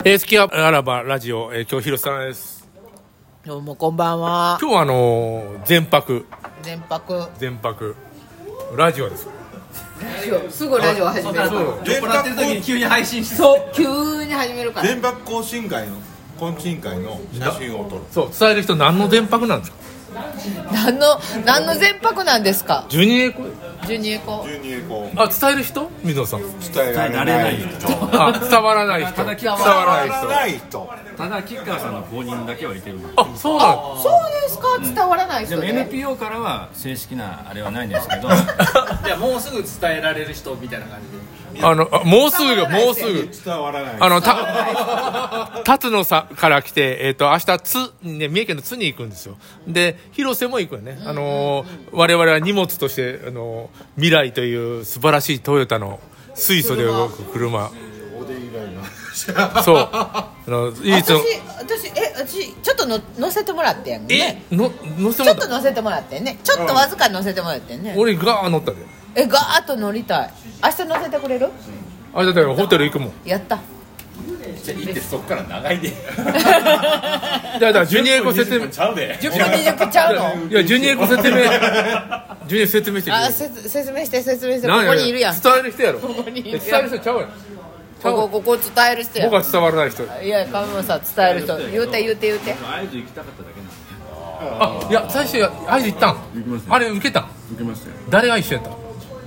好きあらばラジオ、今日広瀬さんです。 どうもこんばんは。 今日は全泊ラジオです。 すぐラジオ始めるから。 全泊ってる時に急に配信して。 そう、急に始めるから。 全泊懇親会の写真を撮る。 そう、伝える人何の全泊なんですか。 何の全泊なんですか。 ジュニエコ。 伝える人、水野さん。 伝えられない人。 伝わらない人。 ただ吉川さんの公認だけはいける。 そうなん。 そうですか。伝わらない人でも NPO からは正式なあれはないんですけど。 じゃあもうすぐ伝えられる人みたいな感じで。 もうすぐ伝わらない。 辰野さんから来て、明日三重県の津に行くんですよ。で、広瀬も行くよね。我々は荷物として未来という素晴らしいトヨタの水素で動く車。そう。 私ちょっと乗せてもらってんね。ちょっと乗せてもらってんね。ちょっとわずか乗せてもらってんね。 俺ガー乗ったで。 ガーッと乗りたい。明日乗せてくれる？ あれだよ、ホテル行くもん。 やった。 じゃあ行ってそっから長いで。 だからジュニエコ説明。 10分20分ちゃうの？ いやジュニエコ説明。ジュニエコ説明してくれ。 説明してここにいるやん。 伝える人やろ。 ここにいる。 伝える人ちゃうやん。 ここ伝える人や。 僕は伝わらない人。 いや、神村さん伝える人。言うて。 会津行きたかっただけなんで。 いや最初会津行ったん。あれ受けたん。 受けましたよ。 誰が一緒やったん。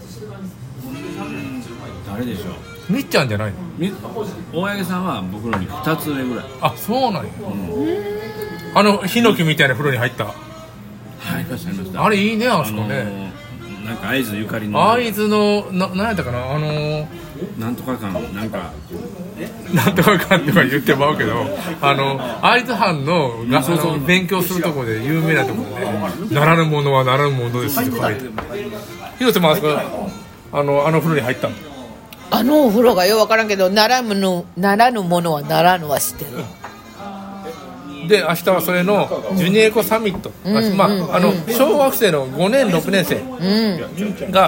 誰でしょう。 みっちゃんじゃないの。 大八木さんは僕のに2つ上ぐらい。 あ、そうなんや。ヒノキみたいな風呂に入った。 入りました。 あれいいね、あそこね。 なんか会津ゆかりの。 会津の何やったかな、 なんとか館なんとかとか言ってまうけど、会津藩の勉強するところで有名なところで、ならぬものはならぬものですって書いて。広瀬もあそこ風呂に入ったの。 お風呂がようわからんけど、ならぬものはならぬは知ってる。 で明日はそれのジュニエコサミット、小学生の5年6年生が、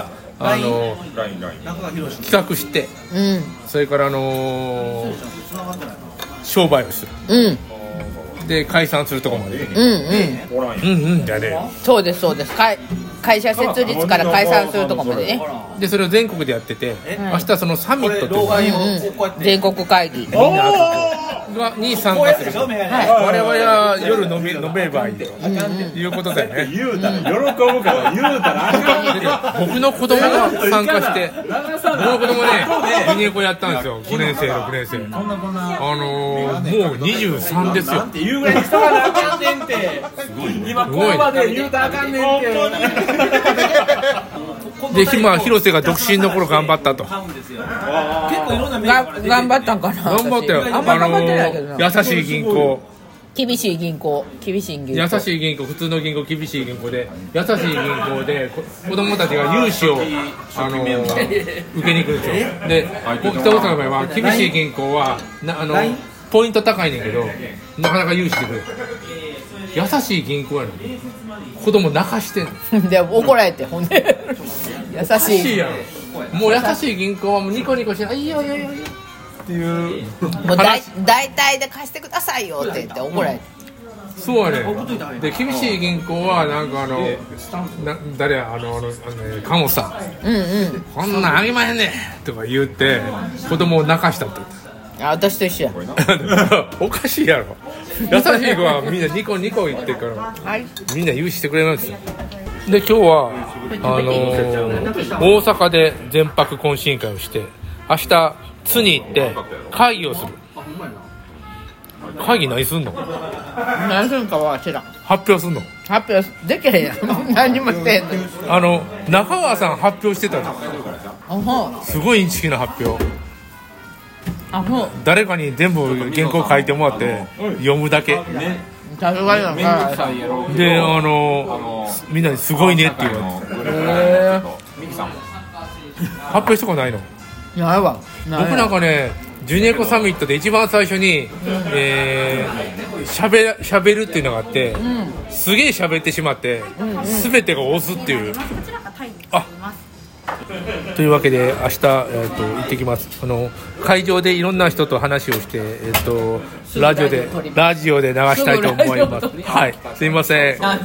企画して、それから商売をする、で解散するところまでじゃねえよ。 そうです会社設立から解散するところまでね。 でそれを全国でやってて、明日そのサミットという全国会議に参加する。我々は夜飲めばいいということだよね。 言うたら喜ぶから言うたらあかん。 僕の子供が参加して、僕の子供ねジュニエコやったんですよ。5年生6年生。もう23ですよ。 言うぐらい人がなかんねんって。今この場で言うたらあかんねんって。 で広瀬が独身の頃頑張ったと。 結構いろんな頑張ったんかな。 頑張ったよ。 あんま頑張ってないけどな。 優しい銀行、 厳しい銀行、 優しい銀行、普通の銀行、厳しい銀行で、優しい銀行で子供たちが融資を受けに来るんですよ。で北大阪の場合は厳しい銀行はポイント高いねんけど、なかなか融資してくれる。優しい銀行やのに子供泣かしてんの。 で怒られて、ほんで優しいやん。もう優しい銀行はもうニコニコしていいよっていう、 もう大体で貸してくださいよって言って怒られて、 そうやね。で厳しい銀行はなんか誰や看護さん、こんなんあげまへんねんとか言って子供を泣かしたって言った。 私と一緒や。 おかしいやろ。優しい子はみんなニコニコ言ってるから、みんな融資してくれますよ。で今日は大阪で全泊懇親会をして、明日津に行って会議をする。会議何すんの？ 何するかは知らん。 発表すんの？ 発表できへんやん。何もしてんの。 中川さん発表してたの。すごいインチキな発表。誰かに全部原稿書いてもらって読むだけで、みんなにすごいねって言われて。発表したことないの？ ないわ。 僕なんかね、ジュニエコサミットで一番最初に喋るっていうのがあって、すげえ喋ってしまって全てが押すっていう。 というわけで明日、行ってきます。会場でいろんな人と話をして、ラジオで流したいと思います。はい、すいません。